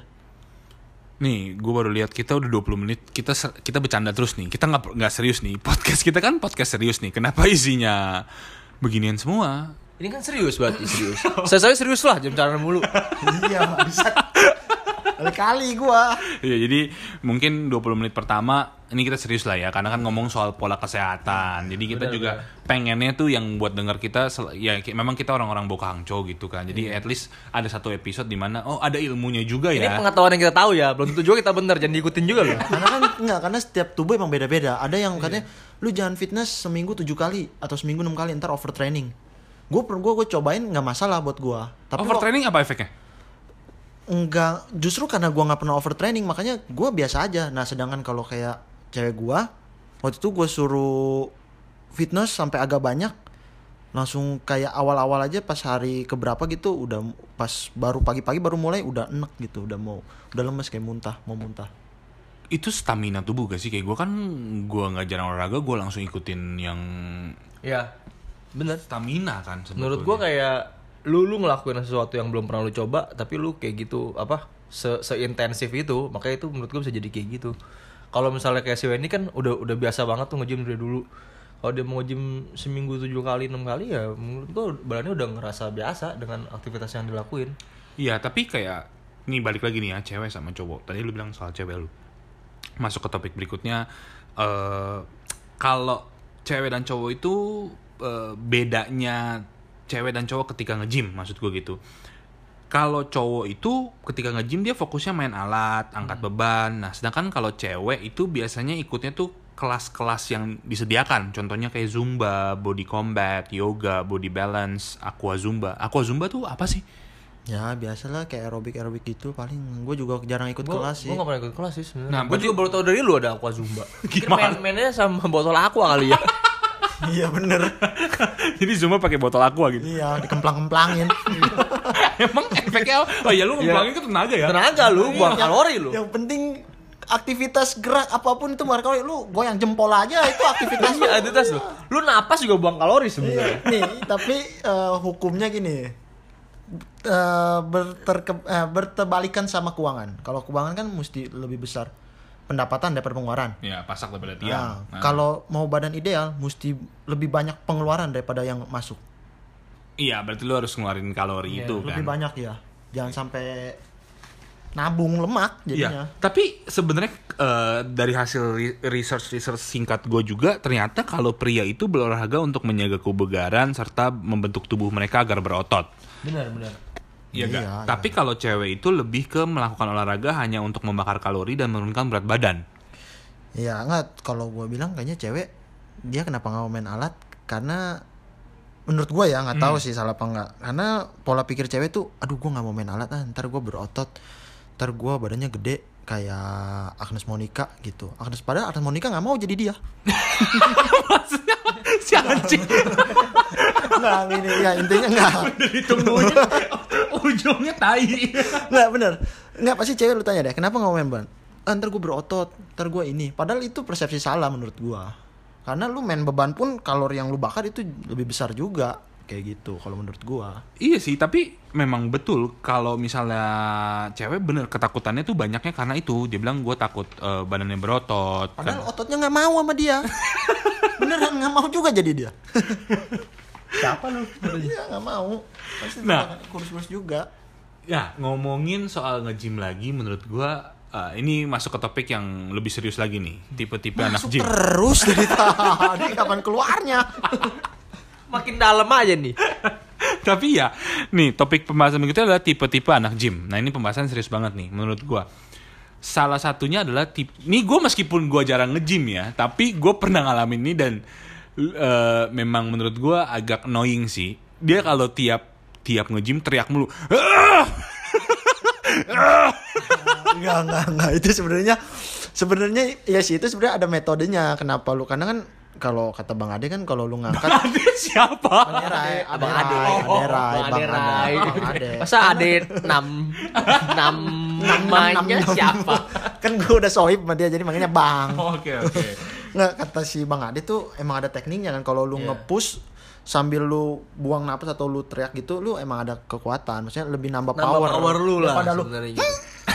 Nih, gue baru lihat kita udah dua puluh menit, kita ser- kita bercanda terus nih. Kita nggak nggak serius nih. Podcast kita kan podcast serius nih. Kenapa isinya beginian semua? ini kan serius berarti serius. Saya saya serius lah jam cara mulu. Iya, bangsat. Kali-kali gua. Iya, jadi mungkin dua puluh menit pertama ini kita serius lah ya, karena kan ngomong soal pola kesehatan. Jadi kita Benar, juga pengennya tuh yang buat denger kita sel- ya ki- memang kita orang-orang Boka Hangco gitu kan. Jadi at least ada satu episode di mana oh ada ilmunya juga Ini ya. pengetahuan yang kita tahu ya, belum tentu juga kita benar, jangan diikutin juga loh. Karena kan enggak, karena setiap tubuh emang beda-beda. Ada yang katanya lu jangan fitness seminggu tujuh kali atau seminggu enam kali ntar overtraining. Gue per gue gue cobain nggak masalah buat gue. Tapi Overtraining apa efeknya? enggak, justru karena gue nggak pernah overtraining makanya gue biasa aja. Nah sedangkan kalau kayak cewek gue waktu itu gue suruh fitness sampai agak banyak, langsung kayak awal-awal aja pas hari keberapa gitu udah pas baru pagi-pagi baru mulai udah enek gitu, udah mau udah lemes kayak muntah mau muntah. Itu stamina tubuh gak sih? Kayak gue kan gue nggak jarang olahraga, gue langsung ikutin yang Ya, bener. stamina kan. Menurut gua kayak lu lu ngelakuin sesuatu yang belum pernah lu coba, tapi lu kayak gitu apa se seintensif itu, makanya itu menurut gua bisa jadi kayak gitu. Kalau misalnya kayak si Wendy kan udah udah biasa banget tuh nge-gym dari dulu. Kalau dia mau nge-gym seminggu tujuh kali enam kali ya menurut gua badannya udah ngerasa biasa dengan aktivitas yang dilakuin. Iya, tapi kayak nih balik lagi nih ya, cewek sama cowok. Tadi lu bilang soal cewek lu. Masuk ke topik berikutnya, eh kalau cewek dan cowok itu eh, bedanya cewek dan cowok ketika nge-gym, maksud gue gitu. Kalau cowok itu ketika nge-gym dia fokusnya main alat, angkat beban. Nah, sedangkan kalau cewek itu biasanya ikutnya tuh kelas-kelas yang disediakan. Contohnya kayak Zumba, body combat, yoga, body balance, aqua Zumba. Aqua Zumba tuh apa sih? Ya biasalah kayak aerobik aerobik gitu paling. Gue juga jarang ikut Gua, kelas sih. gua gak pernah ikut kelas sih sebenarnya. Nah, Nah, gua berarti- juga baru tau dari lu ada aqua zumba. Pikir Gimana? main mainnya sama botol aqua kali ya. Iya bener. Jadi Zumba pakai botol aqua gitu. Iya dikemplang-kemplangin. Emang efeknya apa? Oh iya, lu ngulangin ke tenaga ya? Tenaga lu, buang kalori lu. Yang penting aktivitas gerak apapun itu buang kalori. Lu goyang jempol aja itu aktivitas. Iya, aktivitas lu. Lu napas juga buang kalori sebenarnya. Nih tapi eh, hukumnya gini. Eh, berterke, eh, bertebalikan sama keuangan. Kalau keuangan kan mesti lebih besar pendapatan daripada pengeluaran. Ya, pasak daripada Nah, tiang. Nah. kalau mau badan ideal mesti lebih banyak pengeluaran daripada yang masuk. Iya, berarti lu harus ngeluarin kalori Iya, itu kan. Lebih banyak ya. Jangan sampai nabung lemak jadinya. Iya, tapi sebenarnya eh, dari hasil re- research-research singkat gue juga ternyata kalau pria itu berolahraga untuk menjaga kebugaran serta membentuk tubuh mereka agar berotot. Benar, benar. Iya Iya, nggak? iya. Tapi kalau cewek itu lebih ke melakukan olahraga hanya untuk membakar kalori dan menurunkan berat badan. Iya, enggak, kalau gue bilang kayaknya cewek dia kenapa nggak mau main alat karena menurut gue ya nggak tahu sih salah apa enggak. Karena pola pikir cewek tuh aduh gue nggak mau main alat ah, ntar gue berotot. Ntar gue badannya gede kayak Agnes Monica gitu. Agnes padahal Agnes Monica nggak mau jadi dia. Maksudnya si anjing Nggak, ini ya intinya nggak. dari tunggunya ujungnya tai. Nggak bener. Nggak pasti cewek lu tanya deh kenapa nggak mau main ban? ah, ntar gue berotot, ntar gue ini. Padahal itu persepsi salah menurut gue. Karena lu main beban pun kalori yang lu bakar itu lebih besar juga. Kayak gitu kalau menurut gue. Iya sih, tapi memang betul kalau misalnya cewek bener ketakutannya tuh banyaknya karena itu. Dia bilang gue takut uh, badannya berotot. Padahal kan. ototnya gak mau sama dia. Beneran gak mau juga jadi dia. Siapa lu? Iya gak mau. Pasti Nah. kurus-kurus juga. Ya, ngomongin soal nge-gym lagi menurut gue uh, ini masuk ke topik yang lebih serius lagi nih. Tipe-tipe anak Masuk gym. terus dari tadi. Kapan keluarnya? Makin dalam aja nih. Tapi ya, nih topik pembahasan berikutnya adalah tipe-tipe anak gym. Nah ini pembahasan serius banget nih menurut gue. Salah satunya adalah tipe. Nih gue meskipun gue jarang nge-gym ya, tapi gue pernah ngalamin ini dan uh, memang menurut gue agak annoying sih. Dia kalau tiap tiap nge-gym teriak mulu. Enggak, enggak, enggak. Itu sebenarnya sebenarnya ya sih itu sebenarnya ada metodenya. Kenapa lu? Karena kan kalau kata Bang Ade kan kalau lu ngangkat Ada siapa? Bang Ade, Abang Ade, Ade. Ade, Rai, Bang Bang Ade, Ade, Rai. Bang Ade. Masa Ade enam enam namanya siapa? Kan gue udah sohib sama dia jadi manggilnya Bang. Oke oke. Nggak, kata si Bang Ade tuh emang ada tekniknya kan. Kalau lu Iya. nge-push sambil lu buang napas atau lu teriak gitu, lu emang ada kekuatan. Maksudnya lebih nambah, Nambah power. power lu lah Daripada lu sebenarnya gitu.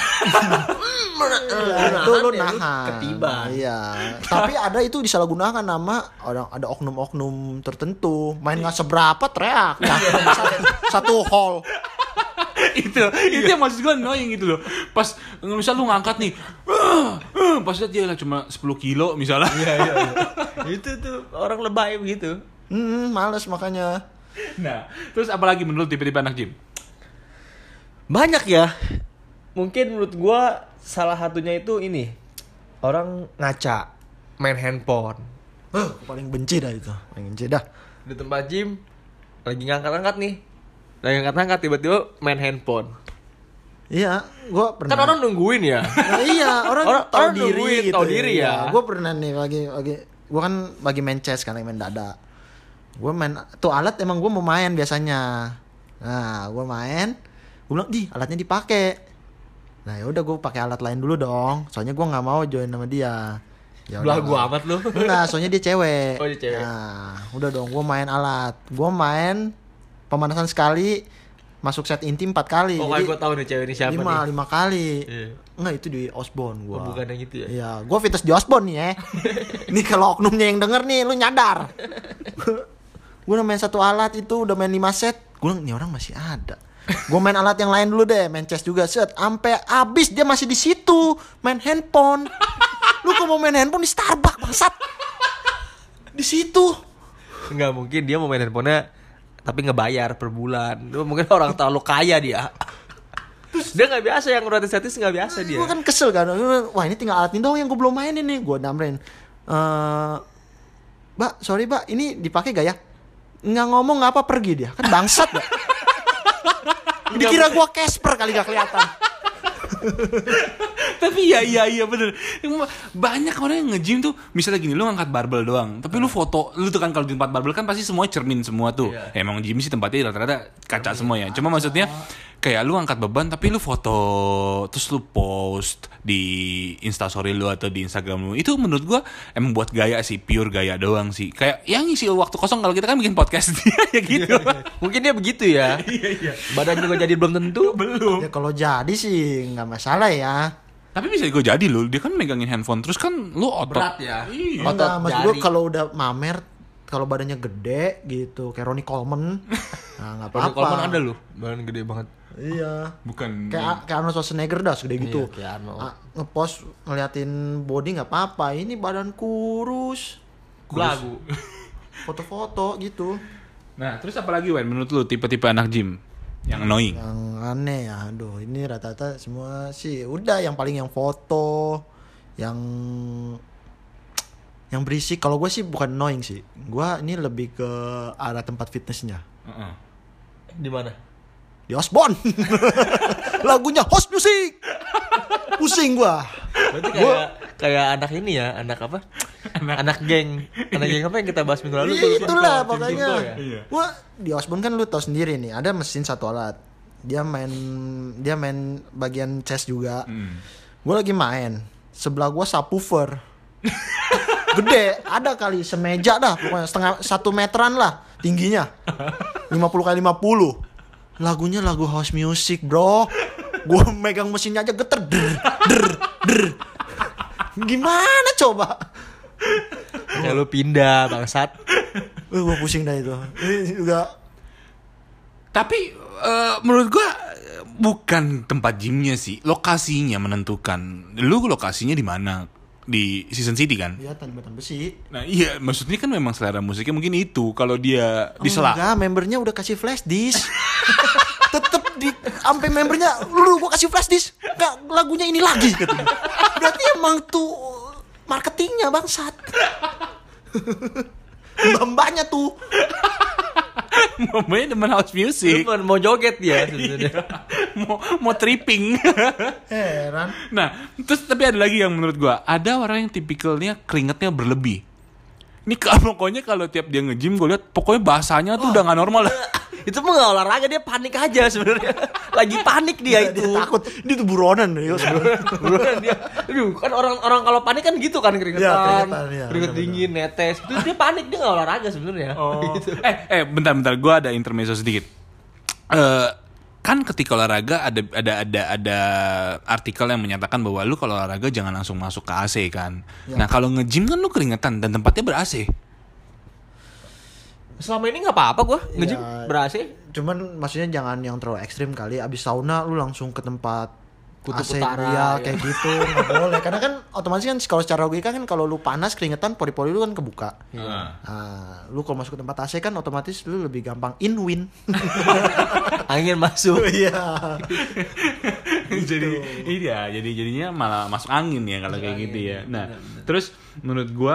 Iya, itu lu ya, nahan. ketiban. Iya. Tapi ada itu disalahgunakan nama orang ada oknum-oknum tertentu. Main nggak seberapa teriak. Nah, satu, satu hall. itu itu yang maksud gue annoying gitu loh. Pas misal lu ngangkat nih, uh, uh, pas lihat dia lah cuma sepuluh kilo misalnya. Iya iya. Itu tuh orang lebay begitu. Hmm, males makanya. Nah, terus apalagi menurut tipe-tipe anak gym? Banyak ya. Mungkin menurut gua salah satunya itu ini. Orang ngaca, main handphone. Huh, paling benci dah itu. Paling benci dah. Di tempat gym lagi ngangkat-ngangkat nih. Lagi ngangkat-ngangkat tiba-tiba main handphone. Iya, gua pernah. Kan orang nungguin ya. Nah, iya, orang, Orang- tahu orang diri nungguin, gitu. tahu diri ya. Gue pernah nih lagi lagi gue kan lagi main chess kan, lagi main dada. Gue main tuh alat emang gue mau main biasanya. Nah, gue main, gue bilang, "Di, alatnya dipakai." Nah, ya udah gue pakai alat lain dulu dong. Soalnya gue nggak mau join sama dia. Ya Belah udah. gua amat lu. Enggak, soalnya dia cewek. Oh, dia cewek. Nah, udah dong, gue main alat. Gue main pemanasan sekali, masuk set inti empat kali. Oh, Jadi gua tahu nih cewek ini siapa lima, nih. lima kali. Iya. Enggak, itu di Osborne gue. Oh, bukan yang itu ya. Iya, gue fitness di Osborne nih ya. Nih kalau oknumnya yang denger nih, lu nyadar. Gue udah main satu alat itu, udah main lima set. Gue bilang, nih orang masih ada. Gue main alat yang lain dulu deh, main chess juga set. Sampai abis dia masih di situ, main handphone. Lu kok mau main handphone di Starbucks, bangsat? Di situ. Enggak mungkin dia mau main handphonenya tapi ngebayar per bulan. Lu mungkin orang terlalu kaya dia. Dia nggak biasa yang gratis-gratis nggak biasa dia. Gue kan kesel kan. Wah, ini tinggal alat ini dong yang gue belum mainin nih. Gue nambahin. Eh, Mbak, sorry Mbak, ini dipakai gak ya? Nggak ngomong nggak apa, pergi dia. Kan bangsat ya. Dikira gue Casper kali gak kelihatan. Tapi ya iya iya bener. Banyak orang yang nge-gym tuh misalnya gini, lu ngangkat barbel doang, tapi lu foto, lu tuh kan kalau di tempat barbel kan pasti semua cermin semua tuh. Iya. Ya, emang gym sih tempatnya rata-rata kaca semua ya. Cuma maksudnya kayak lu angkat beban tapi lu foto terus lu post di Instastory lu atau di Instagram lu. Itu menurut gua emang buat gaya sih, pure gaya doang sih. Kayak yang ngisi waktu kosong kalau kita kan bikin podcast dia ya gitu. Mungkin dia begitu ya. Iya iya. Badan juga jadi belum tentu. Belum. Ya kalau jadi sih nggak masalah ya. Tapi bisa gue jadi loh, dia kan megangin handphone terus kan lu otot. Berat ya. Iya. Otot Enggak, maksud gue jari. kalau udah mamer, kalau badannya gede gitu, kayak Ronnie Coleman, nah nggak Ronnie apa-apa. Coleman ada loh, badan gede banget. Iya. Bukan Kayak kayak Arnold Schwarzenegger dah segede gitu. Iya, kayak Arnold. Ah, ngepost ngeliatin body nggak apa-apa. Ini badan kurus. Lagu. Foto-foto gitu. Nah, terus apa lagi Wen menurut lu tipe-tipe anak gym yang annoying? Yang aneh ya. Aduh, ini rata-rata semua sih udah yang paling yang foto, yang yang berisik. Kalau gue sih bukan annoying sih. Gue ini lebih ke arah tempat fitnessnya. Heeh. Di mana? Di Osborne. Lagunya host music. Pusing gua. Berarti kayak kayak anak ini ya, anak apa? Anak, geng. Anak geng apa yang kita bahas minggu lalu? Iya, tuh? itulah Tim pokoknya. Simpo ya? Iya. Gua di Osborne kan lu tau sendiri nih, ada mesin satu alat. Dia main dia main bagian chest juga. Hmm. Gua lagi main. sebelah gua subwoofer. Gede, ada kali semeja dah, pokoknya setengah satu meteran lah tingginya. lima puluh kali lima puluh. Lagunya lagu house music, bro. Gua megang mesinnya aja geter. Der, der, der. Gimana coba? Ya lu pindah bangsat. Eh, gua pusing dah itu. Ini juga. Tapi uh, menurut gua bukan tempat gymnya sih, lokasinya menentukan. Lu lokasinya di mana? Di Season City kan? Iya, Tanjung Besi. Nah iya, maksudnya kan memang selera musiknya mungkin itu. Kalau dia di Selak. Enggak, membernya udah kasih flash disk. Tetep di sampai membernya, lu gua kasih flash disk. Enggak, lagunya ini lagi katanya. Berarti emang tuh marketingnya bangsat. Mbak-mbaknya tuh. Mamanya demen house music. Lu mau joget dia sebenarnya. mau mau tripping. Heran. Nah, terus tapi ada lagi yang menurut gua, ada orang yang tipikalnya keringetnya berlebih. Ini kalau pokoknya kalau tiap dia nge-gym gue lihat pokoknya bahasanya tuh oh. udah gak normal lah. Itu mah gak olahraga, dia panik aja sebenarnya. Lagi panik dia, dia itu. Dia takut, dia tuh buronan ya sebenarnya. Buronan dia. Aduh, kan orang-orang kalau panik kan gitu kan keringetan. Ya, keringetan ya, keringet dingin, netes. Itu dia panik, dia gak olahraga sebenarnya. Oh. gitu. Eh, eh bentar-bentar gua ada intermezzo sedikit. Eh uh, kan ketika olahraga ada ada ada ada artikel yang menyatakan bahwa lu kalau olahraga jangan langsung masuk ke A C kan. Ya. Nah, kalau nge-gym kan lu keringetan dan tempatnya ber-A C. Selama ini nggak apa-apa gue nge-gym ya, ber-A C. Cuman maksudnya jangan yang terlalu ekstrim kali. Abis sauna lu langsung ke tempat kutub A C utara ya, ya. Kayak gitu nggak boleh. Karena kan otomatis kan kalau secara logika kan kalau lu panas keringetan pori-pori lu kan kebuka. Ya. Nah, lu kalau masuk ke tempat A C kan otomatis lu lebih gampang in win. Angin masuk. Iya. jadi iya jadi jadinya malah masuk angin ya kalau kayak gitu ya. Nah, bener, bener. Terus menurut gua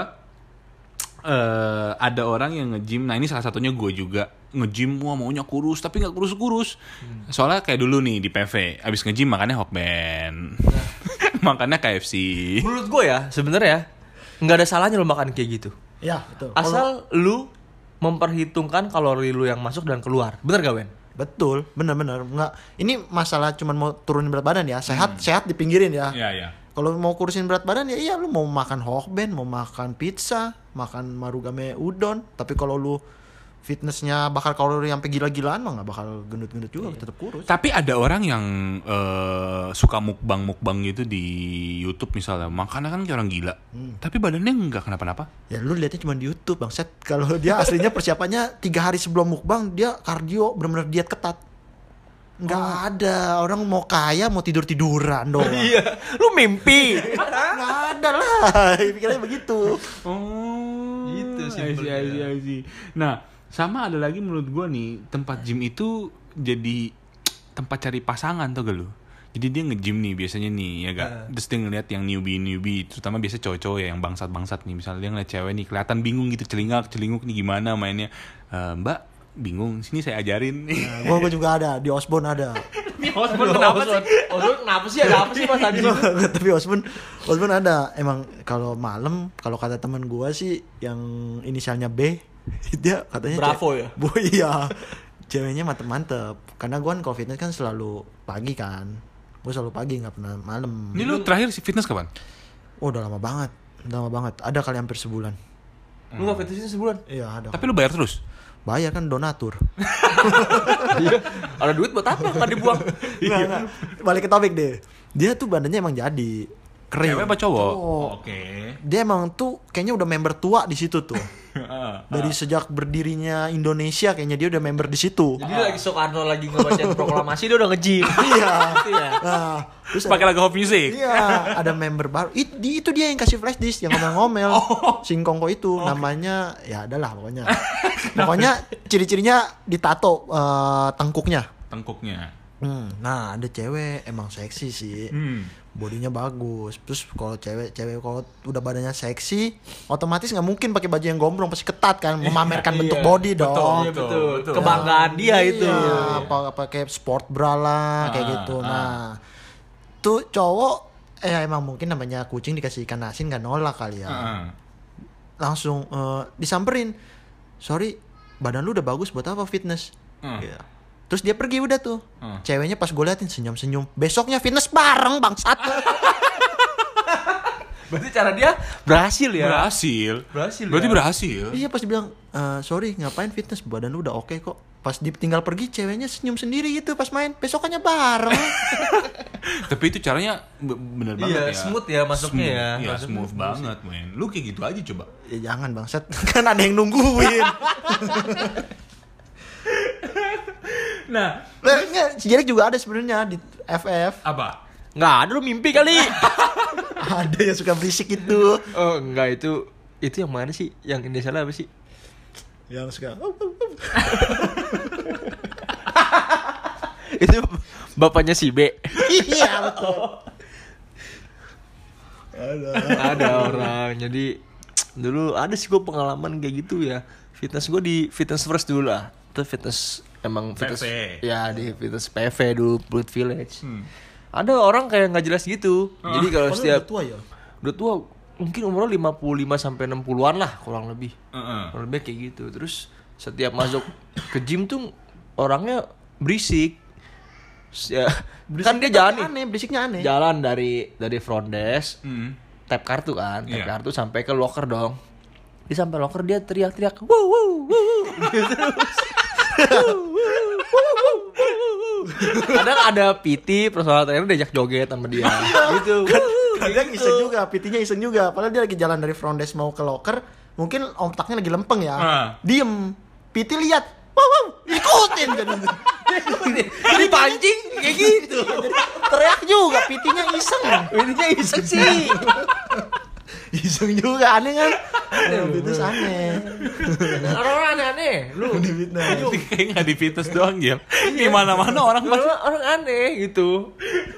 uh, ada orang yang nge-gym. Nah, ini salah satunya gua juga nge-gym, wah maunya kurus tapi nggak kurus-kurus. Hmm. Soalnya kayak dulu nih di P V, abis nge-gym makannya Hokben. Nah. Makannya K F C. Menurut gua ya, sebenarnya nggak ada salahnya lo makan kayak gitu. Ya, betul. Asal Kalo... lu memperhitungkan kalori lu yang masuk dan keluar. Bener gak, Wen? Betul, benar-benar nggak. Ini masalah cuman mau turunin berat badan ya, sehat hmm. sehat dipinggirin ya. Iya iya. Kalau mau kurusin berat badan ya iya lu mau makan Hokben, mau makan pizza, makan Marugame udon. Tapi kalau lu fitnessnya bakal kalori sampai gila-gilaan mah nggak bakal gendut-gendut juga, iya. Tetap kurus. Tapi ada orang yang uh, suka mukbang-mukbang gitu di YouTube misalnya, makannya kan kayak orang gila, hmm. tapi badannya nggak kenapa-napa. Ya lu lihatnya cuma di YouTube bang Set. Kalau dia aslinya persiapannya tiga hari sebelum mukbang dia kardio benar-benar diet ketat. Nggak oh. ada orang mau kaya mau tidur tiduran doang. Iya, lu mimpi. Nggak ada lah, pikirnya begitu. Oh, gitu sih. Nah. Sama ada lagi menurut gue nih, tempat gym itu jadi tempat cari pasangan tuh gak lu? Jadi dia nge-gym nih biasanya nih ya gak? Uh. Terus dia ngeliat yang newbie-newbie, terutama biasa cowok-cowok ya yang bangsat-bangsat nih. Misalnya dia ngeliat cewek nih kelihatan bingung gitu, celingak-celinguk nih gimana mainnya. Uh, Mbak bingung, sini saya ajarin. Nah, gue juga ada, di Osborne ada. Di Osborne kenapa sih? Osborne kenapa sih? Ada apa sih Mas Adi? Tapi Osborne, Osborne ada. Emang kalau malam, kalau kata teman gue sih yang inisialnya B, dia katanya Bravo ce- ya? Bu iya. Ceweknya mantep-mantep. Karena gue kan kalau fitness kan selalu pagi kan. Gue selalu pagi gak pernah malam. Ini lu terakhir fitness kapan? Oh udah lama banget. Udah lama banget. Ada kali hampir sebulan. Hmm. Lu gak fitnessnya sebulan? Iya ada. Tapi lu bayar terus? Bayar kan donatur. Iya. Ada duit buat apa? Kan dibuang. Nah, nah, balik ke topik deh. Dia tuh badannya emang jadi keren. Cewek apa cowok? Oh, Oke. Okay. Dia emang tuh kayaknya udah member tua di situ tuh. Dari sejak berdirinya Indonesia kayaknya dia udah member di situ. Jadi lagi Soekarno lagi ngebacain proklamasi dia udah nge-gym. Iya. Iya. Nah, terus pakai lagu Hop Music. Iya, ada member baru. It, di, itu dia yang kasih flash disk yang ngomel-ngomel. Oh. Singkongko itu okay. Namanya ya adalah pokoknya. Pokoknya ciri-cirinya ditato uh, tengkuknya. Tengkuknya. Hmm, nah ada cewek emang seksi sih. Hmm. Bodinya bagus. Terus kalau cewek-cewek kalau udah badannya seksi, otomatis nggak mungkin pakai baju yang gombrong, pasti ketat kan, memamerkan iya, bentuk body dong. Betul, betul, betul, betul. Kebanggaan nah, dia itu. Iya, apa pakai sport bra lah kayak ah, gitu. Ah. Nah, tuh cowok eh emang mungkin namanya kucing dikasih ikan asin nggak nolak kali ya. Ah. Langsung uh, disamperin. Sorry, badan lu udah bagus buat apa fitness? Ah. Gitu. Terus dia pergi udah tuh. Hmm. Ceweknya pas gue liatin senyum-senyum. Besoknya fitness bareng bangsat. Berarti cara dia berhasil ya. Berhasil. Berhasil Berarti ya? berhasil. Iya pas dibilang "Eh, sorry ngapain fitness, badan lu udah oke kok." Pas ditinggal pergi ceweknya senyum sendiri gitu pas main, besokannya bareng. Tapi itu caranya be- bener banget Iya, ya. smooth ya masuknya ya. Iya, Masuk- smooth banget, men. Lu kayak gitu aja coba. Ya jangan bangsat, kan ada yang nungguin. Nah, Lah, enggak, si Jerek juga ada sebenarnya di F F. apa? Nggak ada lu mimpi kali. Ada yang suka berisik itu. Oh, enggak itu itu yang mana sih? Yang Indonesia apa sih? Yang suka Itu bapaknya si B. iya betul. Ada. Ada orang. Jadi dulu ada sih gue pengalaman kayak gitu ya. Fitness gue di Fitness First dulu lah. Itu fitness emang fitness. P V. Ya di fitness P V dulu Blood Village. Hmm. Ada orang kayak nggak jelas gitu. Jadi kalau Padahal setiap udah tua ya. udah tua mungkin umurnya lima puluh lima sampai enam puluhan lah kurang lebih. Heeh. Kurang lebih kayak gitu. Terus setiap masuk ke gym tuh orangnya berisik. Ya, kan dia jalan nih. Aneh, berisiknya aneh. Jalan dari dari front desk, Hmm. tap kartu kan, tap Iya. kartu sampai ke locker dong. Dia sampai locker dia teriak-teriak, wow wow wow. Terus, "Wuh, wuh, wuh, wuh, wuh." Kadang ada P T personal trainer diajak joget sama dia. Gitu. Kadang iseng juga, P T-nya iseng juga. Padahal dia lagi jalan dari front desk mau ke locker, mungkin otaknya lagi lempeng ya. Ah. Diem. P T lihat, wow wow, ikutin jadi. Jadi pancing kayak gitu. Teriak juga, P T-nya iseng. Intinya iseng sih. Iseng juga, aneh kan? Oh, fitness aneh. Orang-orang aneh-aneh. Lu Di fitness. Tapi kayak nggak di fitness doang, Gil. Di mana-mana orang pasti. orang, orang aneh gitu.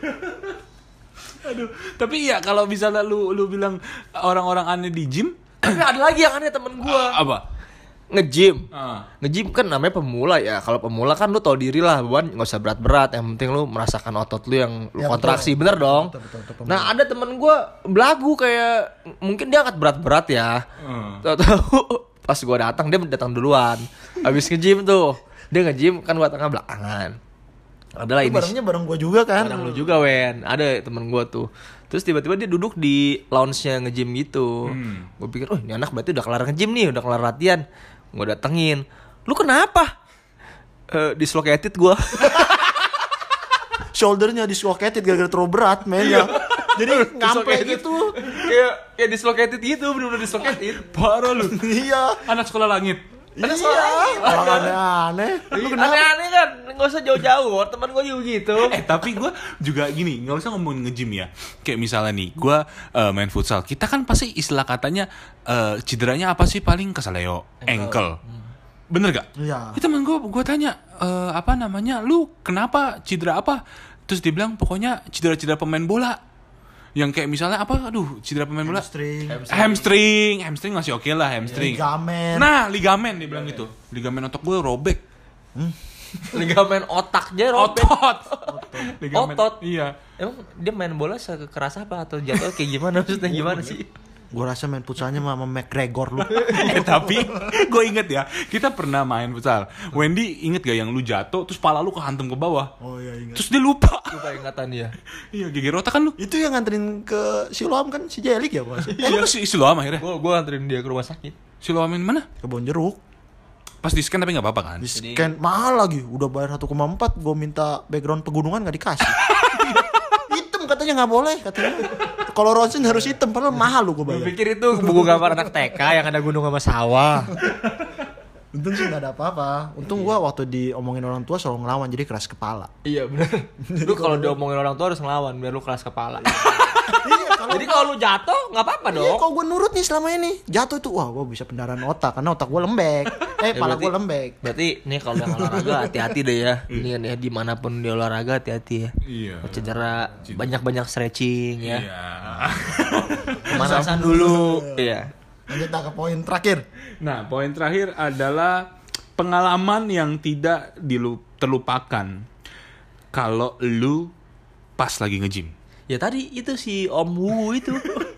Aduh. Tapi ya kalau misalnya lu lu bilang orang-orang aneh di gym, Tapi ada lagi yang aneh temen gua. apa? Nge-gym. Ah. Nge-gym kan namanya pemula ya. Kalau pemula kan lu tau diri lah, bukan nggak usah berat-berat. Yang penting lu merasakan otot lu yang lu Ya, kontraksi, betul. bener dong. Betul, betul, betul, pemula. Nah ada temen gua belagu kayak mungkin dia angkat berat-berat ya. Hmm. Tahu-tahu pas gua datang dia datang duluan. Habis nge-gym tuh, dia nge-gym kan gua tengah belakangan. Adalah Itu ini barangnya bareng gua juga kan. barang lu juga Wen. Ada temen gua tuh. Terus tiba-tiba dia duduk di lounge-nya nge-gym gitu. Hmm. Gue pikir, oh ini anak berarti udah kelar nge-gym nih, udah kelar latihan. Gue datengin, lu kenapa? Eh dislocated gue. Shouldernya dislocated gara-gara terlalu berat mainnya. Jadi ngampe gitu. Kayak kayak dislocated gitu, bener-bener dislocated. Parah lu. Iya. Anak sekolah langit. Ada Iya. soal Orang aneh-aneh. Lu kenapa? Aneh-aneh kan, nggak usah jauh-jauh. Teman gue juga gitu. Eh tapi gue juga gini, nggak usah ngomongin nge-gym ya. Kayak misalnya nih, gue uh, main futsal. Kita kan pasti istilah katanya uh, cederanya apa sih paling kesaleo, ankle. Bener gak? Iya. Itu temen gue, gue tanya uh, apa namanya, lu kenapa cedera apa? Terus dia bilang pokoknya cedera-cedera pemain bola. Yang kayak misalnya apa? Aduh, cedera pemain bola. Hamstring. Hamstring, hamstring masih oke lah hamstring. Ligamen. Nah, ligamen dia bilang gitu. Ligamen otak gue robek. Ligamen otaknya robek. Otot. Ligamen- Otot. Iya. Emang dia main bola sekeras apa atau jatuh kayak gimana maksudnya gimana sih? Gua rasa main futsalnya sama McGregor lu. eh tapi gue inget ya, kita pernah main futsal. Wendy inget gak yang lu jatuh terus pala lu kehantam ke bawah. Oh iya ingat. Terus dia lupa. Lupa ingatan dia. Iya, geger otak kan lu. Itu yang nganterin ke Siloam kan si Jelik ya, Bos? Iya si Siloam akhirnya. Gue gue anterin dia ke rumah sakit. Siloam yang mana? Kebon jeruk. Pas di scan tapi nggak apa-apa kan? Di scan mahal lagi. Udah bayar satu koma empat, gua minta background pegunungan nggak dikasih. Hitam katanya nggak boleh katanya. Kalau ronsen harus hitam, padahal mahal lu gua Gue bayar. pikir itu buku gambar anak T K yang ada gunung sama sawah. Untung sih nggak ada apa-apa. Untung gua waktu diomongin orang tua selalu ngelawan jadi keras kepala. Iya bener. Lu kalau diomongin orang tua harus ngelawan biar lu keras kepala. Iya, kalau Jadi kalau lu jatuh nggak apa-apa Iya, dong. kalau gue nurut nih selama ini jatuh tuh, wah gue bisa pendarahan otak karena otak gue lembek. Eh, Ya, pala berarti- gue lembek. Berarti nih kalau yang olahraga hati-hati deh ya. Ini kan ya dimanapun dia olahraga hati-hati ya. Iya. Cedera banyak-banyak stretching ya. Iya. Pemanasan dulu. Iya. Lanjut nah, ke poin terakhir. Nah, poin terakhir adalah pengalaman yang tidak dilu- terlupakan kalau lu pas lagi nge-gym. Ya tadi itu si Om Wu itu.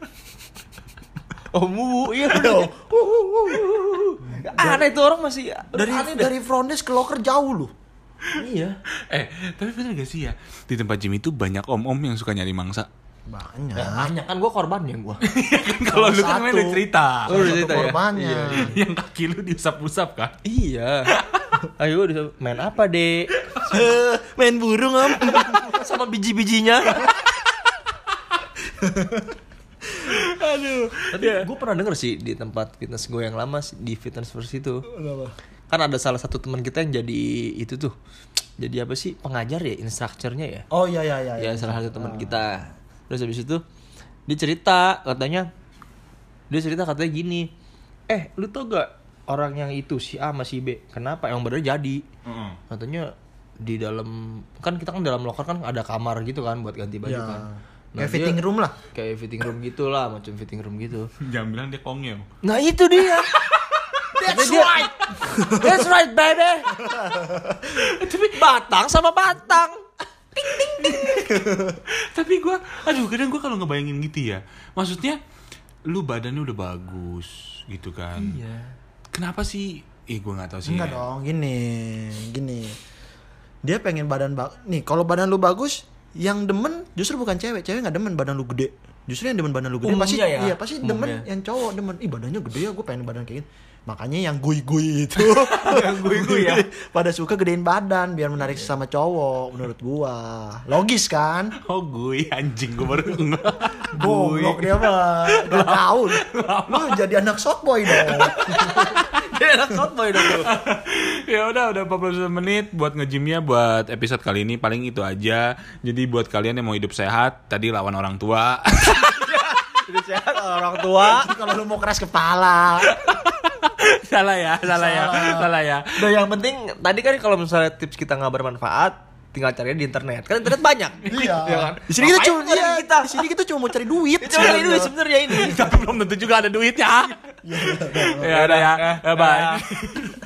Om Wu iya. Aneh itu orang masih Dari aneh dah. dari front desk ke locker jauh lu. Iya. Eh, tapi bener gak sih ya? Di tempat gym itu banyak om-om yang suka nyari mangsa. Banyak. Ya, banyak kan gue korbannya gue. Kalau lu kan Satu. main udah cerita. Oh, udah Satu cerita ya? korbannya. Yang kaki lu diusap-usap kan? Iya. Ayo udah main apa dek? Main burung om. Sama biji-bijinya. Aduh. Tapi gue pernah denger sih di tempat fitness gue yang lama sih, di fitness first itu. Kan ada salah satu teman kita yang jadi itu tuh. Jadi apa sih? Pengajar ya, instrukturnya ya. Oh iya iya iya. Ya salah satu teman kita. Terus habis itu dia cerita katanya, dia cerita katanya gini, eh lu tau gak orang yang itu si A sama si B kenapa emang bener jadi? Heeh. Katanya di dalam, kan kita kan dalam loker kan ada kamar gitu kan buat ganti baju Ya. kan. Kayak dia- fitting room lah. Kayak fitting room gitu lah, macam fitting room gitu. Jangan bilang dia kongel. Nah itu dia. That's right. That's right baby. Tapi batang sama batang. Tapi gue, aduh kadang gue kalau ngebayangin gitu ya, maksudnya lu badannya udah bagus gitu kan. Iya. Kenapa sih? Eh gue nggak tahu sih. Enggak ya. dong, gini, gini. Dia pengen badan bag, nih kalau badan lu bagus, yang demen justru bukan cewek, cewek nggak demen badan lu gede. Justru yang demen badan lu gede pasti, Umumnya ya? iya pasti demen Umumnya. yang cowok demen.Ih badannya gede ya, gue pengen badan kayak gini. Makanya yang gui-gui itu, Yang gui-gui ya? pada suka gedein badan biar menarik sama cowok, menurut gua. Logis kan? Oh gue anjing gue baru Goblok dia mah, gak tahu. Lu jadi anak softboy dong. Dia anak softboy dong tuh. Ya udah udah empat puluh sembilan menit buat ngejimnya buat episode kali ini paling itu aja. Jadi buat kalian yang mau hidup sehat, tadi lawan orang tua. Jadi sehat orang tua. Kalau lu mau keras kepala. salah ya, salah, ya, salah ya. Nah yang penting tadi kan kalau misalnya tips kita nggak bermanfaat, tinggal carinya di internet. Kan internet banyak. Iya. Iya kan? Di sini kita Ngapain cuma dengerin iya, kita. di sini kita cuma mau cari duit. Cuma cari duit sebenarnya ini. Tapi belum tentu juga ada duitnya. Ya udah ya, bye.